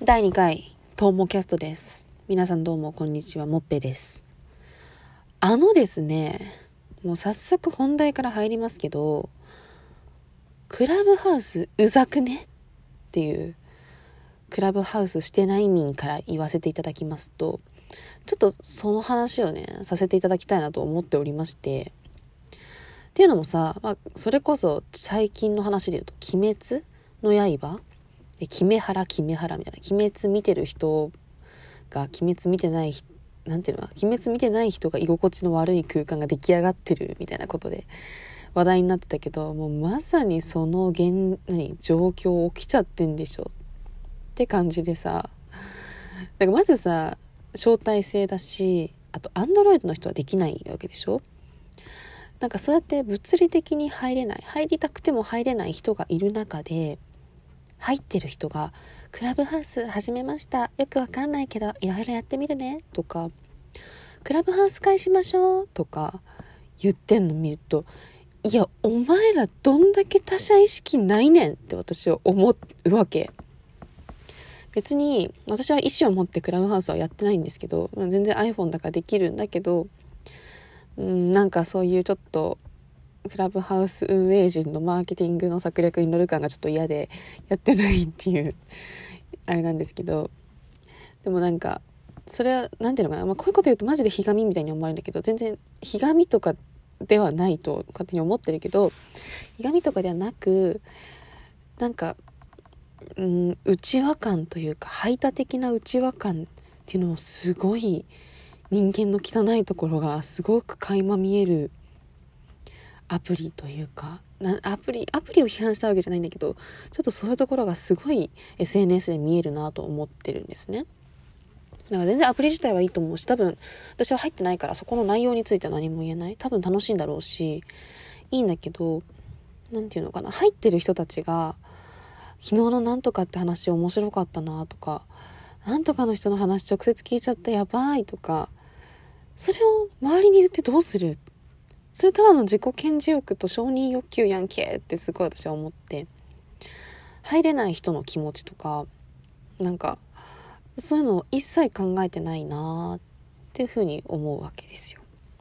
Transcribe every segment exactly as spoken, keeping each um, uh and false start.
だいにかいトーモキャストです。皆さんどうもこんにちは、もっぺです。あのですねもう早速本題から入りますけど、クラブハウスうざくねっていうクラブハウスしてない民から言わせていただきますと、ちょっとその話をねさせていただきたいなと思っておりまして、っていうのもさ、まあ、それこそ最近の話で言うと鬼滅の刃で、キメハラキメハラみたいな、鬼滅見てる人が鬼滅見てないなんていうのか鬼滅見てない人が居心地の悪い空間が出来上がってるみたいなことで話題になってたけど、もうまさにその現何状況起きちゃってんでしょって感じでさ、だからまずさ招待制だし、あとアンドロイドの人はできないわけでしょ。なんかそうやって物理的に入れない入りたくても入れない人がいる中で、入ってる人がクラブハウス始めました、よくわかんないけどいろいろやってみるねとか、クラブハウス会しましょうとか言ってんの見ると、いやお前らどんだけ他者意識ないねんって私は思うわけ。別に私は意思を持ってクラブハウスはやってないんですけど、全然 iPhone だからできるんだけど、うん、なんかそういうちょっとクラブハウス運営陣のマーケティングの策略に乗る感がちょっと嫌でやってないっていうあれなんですけど、でもなんかそれはなんていうのかな、まあ、こういうこと言うとマジでひがみみたいに思われるんだけど、全然ひがみとかではないと勝手に思ってるけど、ひがみとかではなく、なんかうん内輪感というか排他的な内輪感っていうのをすごい人間の汚いところがすごく垣間見えるアプリというか、なアプリアプリを批判したわけじゃないんだけど、ちょっとそういうところがすごい エスエヌエス で見えるなと思ってるんですね。だから全然アプリ自体はいいと思うし、多分私は入ってないからそこの内容については何も言えない。多分楽しいんだろうしいいんだけど、なんていうのかな、入ってる人たちが昨日のなんとかって話面白かったなとか、なんとかの人の話直接聞いちゃってやばいとか、それを周りに言ってどうする、それただの自己顕示欲と承認欲求やんけってすごい私は思って、入れない人の気持ちとかなんかそういうのを一切考えてないなっていうふうに思うわけですよ。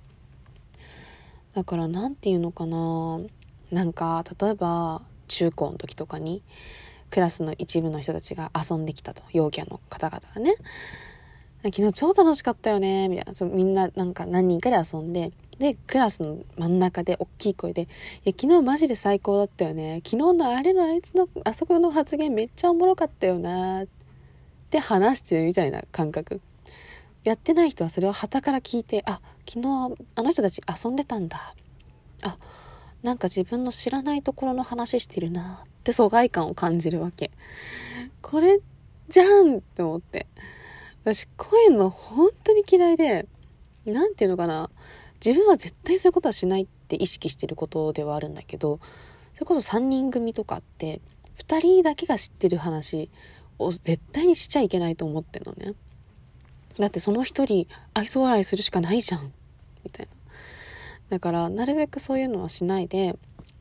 だからなんていうのかな、なんか例えば中高の時とかにクラスの一部の人たちが遊んできたと、陽キャの方々がね、昨日超楽しかったよねみたいな、そみんななんか何人かで遊んで、でクラスの真ん中で大きい声で、いや昨日マジで最高だったよね、昨日のあれのあいつのあそこの発言めっちゃおもろかったよなって話してるみたいな感覚。やってない人はそれを傍から聞いて、あ、昨日あの人たち遊んでたんだ、あ、なんか自分の知らないところの話してるなって疎外感を感じるわけ。これじゃんって思って、私こういうの本当に嫌いで、なんていうのかな、自分は絶対そういうことはしないって意識してることではあるんだけど、それこそさんにん組とかってふたりだけが知ってる話を絶対にしちゃいけないと思ってるのね。だってその一人愛想笑いするしかないじゃんみたいな。だからなるべくそういうのはしないで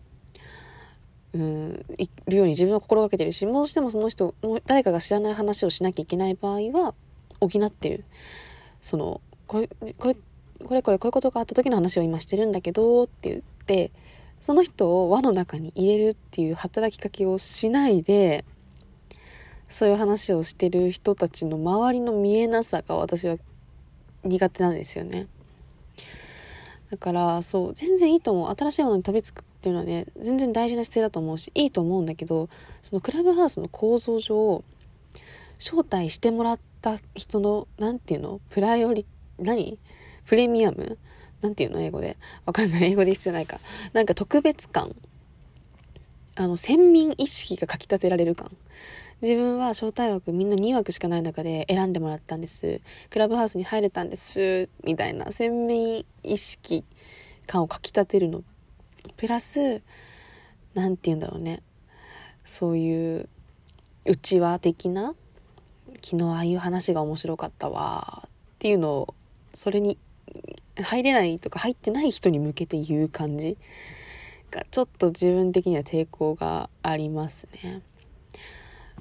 うんいるように自分は心がけてるし、もうしてもその人もう誰かが知らない話をしなきゃいけない場合は補ってる、そのこれこれこれこれこういうことがあった時の話を今してるんだけどって言って、その人を輪の中に入れるっていう働きかけをしないで、そういう話をしてる人たちの周りの見えなさが私は苦手なんですよね。だからそう全然いいと思う、新しいものに飛びつくっていうのはね全然大事な姿勢だと思うしいいと思うんだけど、そのクラブハウスの構造上招待してもらった人のなんていうのプライオリ何プレミアムなんていうの英語でわかんない、英語で必要ないか、なんか特別感、あの先民意識がかき立てられる感、自分は招待枠みんなにわくしかない中で選んでもらったんです、クラブハウスに入れたんですみたいな先民意識感をかき立てるのプラス、なんて言うんだろうね、そういう内輪的な、昨日ああいう話が面白かったわっていうのをそれに入れないとか入ってない人に向けて言う感じがちょっと自分的には抵抗がありますね。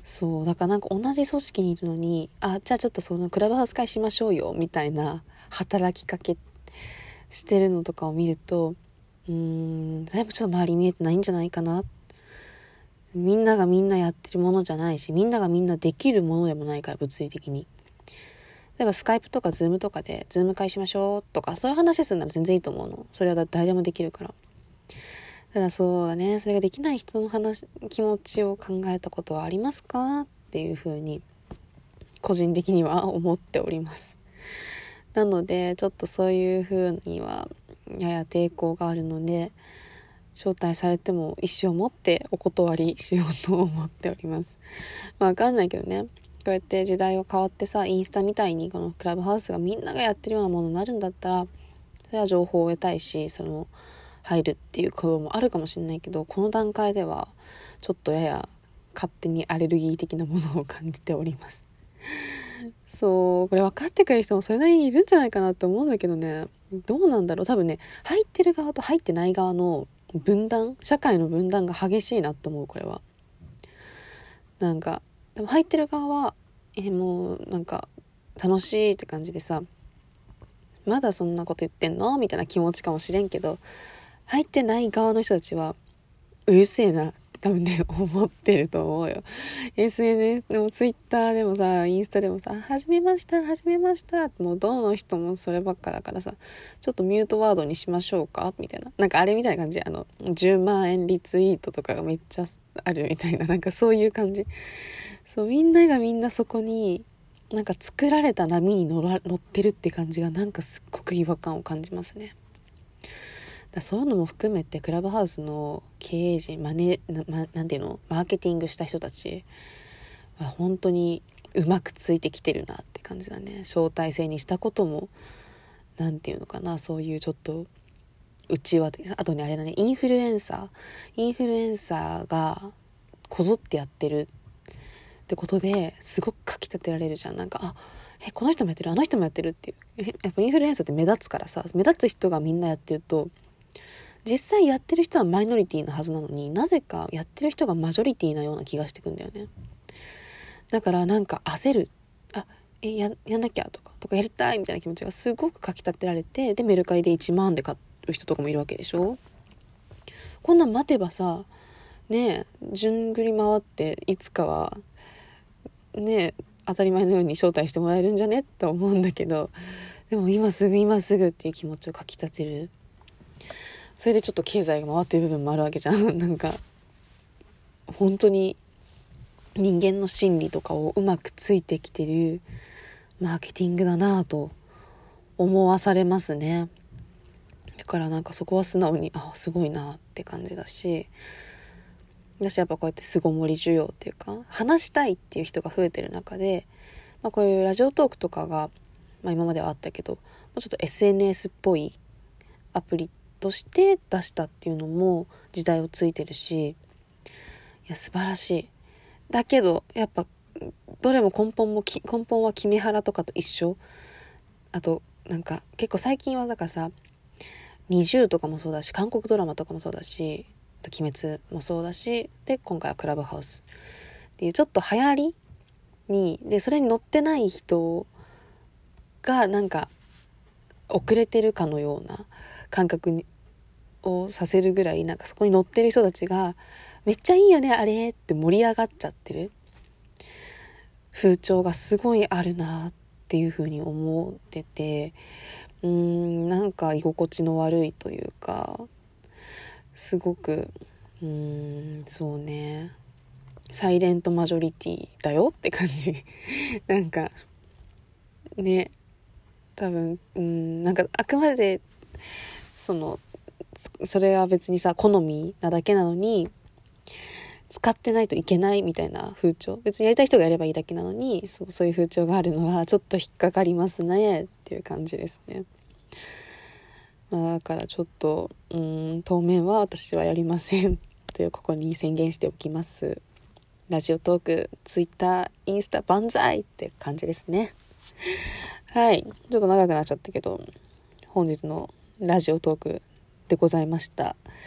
そうだからなんか同じ組織にいるのに、あ、じゃあちょっとそのクラブハウス会しましょうよみたいな働きかけしてるのとかを見ると、うーんだいぶちょっと周り見えてないんじゃないかな。みんながみんなやってるものじゃないし、みんながみんなできるものでもないから、物理的に。例えばスカイプとかズームとかでズーム会しましょうとか、そういう話するなら全然いいと思うの。それは誰でもできるから。ただそうだね、それができない人の話、気持ちを考えたことはありますかっていうふうに個人的には思っております。なのでちょっとそういうふうにはやや抵抗があるので、招待されても意思を持ってお断りしようと思っております。まあわかんないけどね、こうやって時代は変わってさ、インスタみたいにこのクラブハウスがみんながやってるようなものになるんだったら、それは情報を得たいし、その入るっていうこともあるかもしれないけど、この段階ではちょっとやや勝手にアレルギー的なものを感じております。そうこれ分かってくれる人もそれなりにいるんじゃないかなと思うんだけどね、どうなんだろう。多分ね、入ってる側と入ってない側の分断、社会の分断が激しいなと思う。これはなんか、でも入ってる側はえーもうなんか楽しいって感じでさ、まだそんなこと言ってんのみたいな気持ちかもしれんけど、入ってない側の人たちはうるせえなって多分ね思ってると思うよ。 エスエヌエス でもツイッターでもさ、インスタでもさ、始めました始めましたって、もうどの人もそればっかだからさ、ちょっとミュートワードにしましょうかみたいな、なんかあれみたいな感じ、あのじゅうまんえんリツイートとかがめっちゃあるみたいな、なんかそういう感じ。そう、みんながみんなそこになんか作られた波に乗ら乗ってるって感じが、なんかすっごく違和感を感じますね。だそういうのも含めて、クラブハウスの経営陣、マネな、ま、なんていうの、マーケティングした人たちは本当にうまくついてきてるなって感じだね。招待制にしたことも、なんていうのかな、そういうちょっと内輪的、あとねあれだね、インフルエンサーインフルエンサーがこぞってやってるってことですごくかき立てられるじゃん。なんか、あ、えこの人もやってる、あの人もやってるっていう。やっぱインフルエンサーって目立つからさ、目立つ人がみんなやってると、実際やってる人はマイノリティなはずなのに、なぜかやってる人がマジョリティなような気がしてくんだよね。だからなんか焦る、あえ や, やんなきゃとかとかやりたいみたいな気持ちがすごくかき立てられて、でメルカリでいちまんで買う人とかもいるわけでしょ。こんなん待てばさ、ねえ順繰り回っていつかはねえ当たり前のように招待してもらえるんじゃねって思うんだけど、でも今すぐ今すぐっていう気持ちをかき立てる、それでちょっと経済が回ってる部分もあるわけじゃん。なんか本当に人間の心理とかをうまくついてきてるマーケティングだなぁと思わされますね。だからなんかそこは素直に、あ、すごいなって感じだし、私やっぱこうやって巣ごもり需要っていうか、話したいっていう人が増えてる中で、まあ、こういうラジオトークとかが、まあ、今まではあったけど、もうちょっと エスエヌエス っぽいアプリとして出したっていうのも時代をついてるし、いや素晴らしい。だけどやっぱどれも根本もき根本はキメハラとかと一緒。あとなんか結構最近はだからさ、にじゅうとかもそうだし、韓国ドラマとかもそうだし、鬼滅もそうだし、で今回はクラブハウスっていうちょっと流行りに、でそれに乗ってない人がなんか遅れてるかのような感覚にをさせるぐらい、なんかそこに乗ってる人たちがめっちゃいいよねあれって盛り上がっちゃってる風潮がすごいあるなっていう風に思ってて、うーんなんか居心地の悪いというか、すごくうーんそうね、サイレントマジョリティだよって感じ。なんかね、多分うんなんかあくまでそのそれは別にさ好みなだけなのに、使ってないといけないみたいな風潮、別にやりたい人がやればいいだけなのに、そう、そういう風潮があるのはちょっと引っかかりますねっていう感じですね。まあ、だからちょっとうーん当面は私はやりませんというここに宣言しておきます。ラジオトーク、ツイッター、インスタ万歳って感じですね。はい、ちょっと長くなっちゃったけど、本日のラジオトークでございました。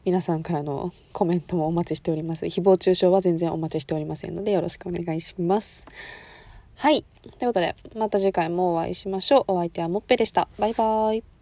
皆さんからのコメントもお待ちしております。誹謗中傷は全然お待ちしておりませんのでよろしくお願いします。はい。ということで、また次回もお会いしましょう。お相手はもっぺでした。バイバイ。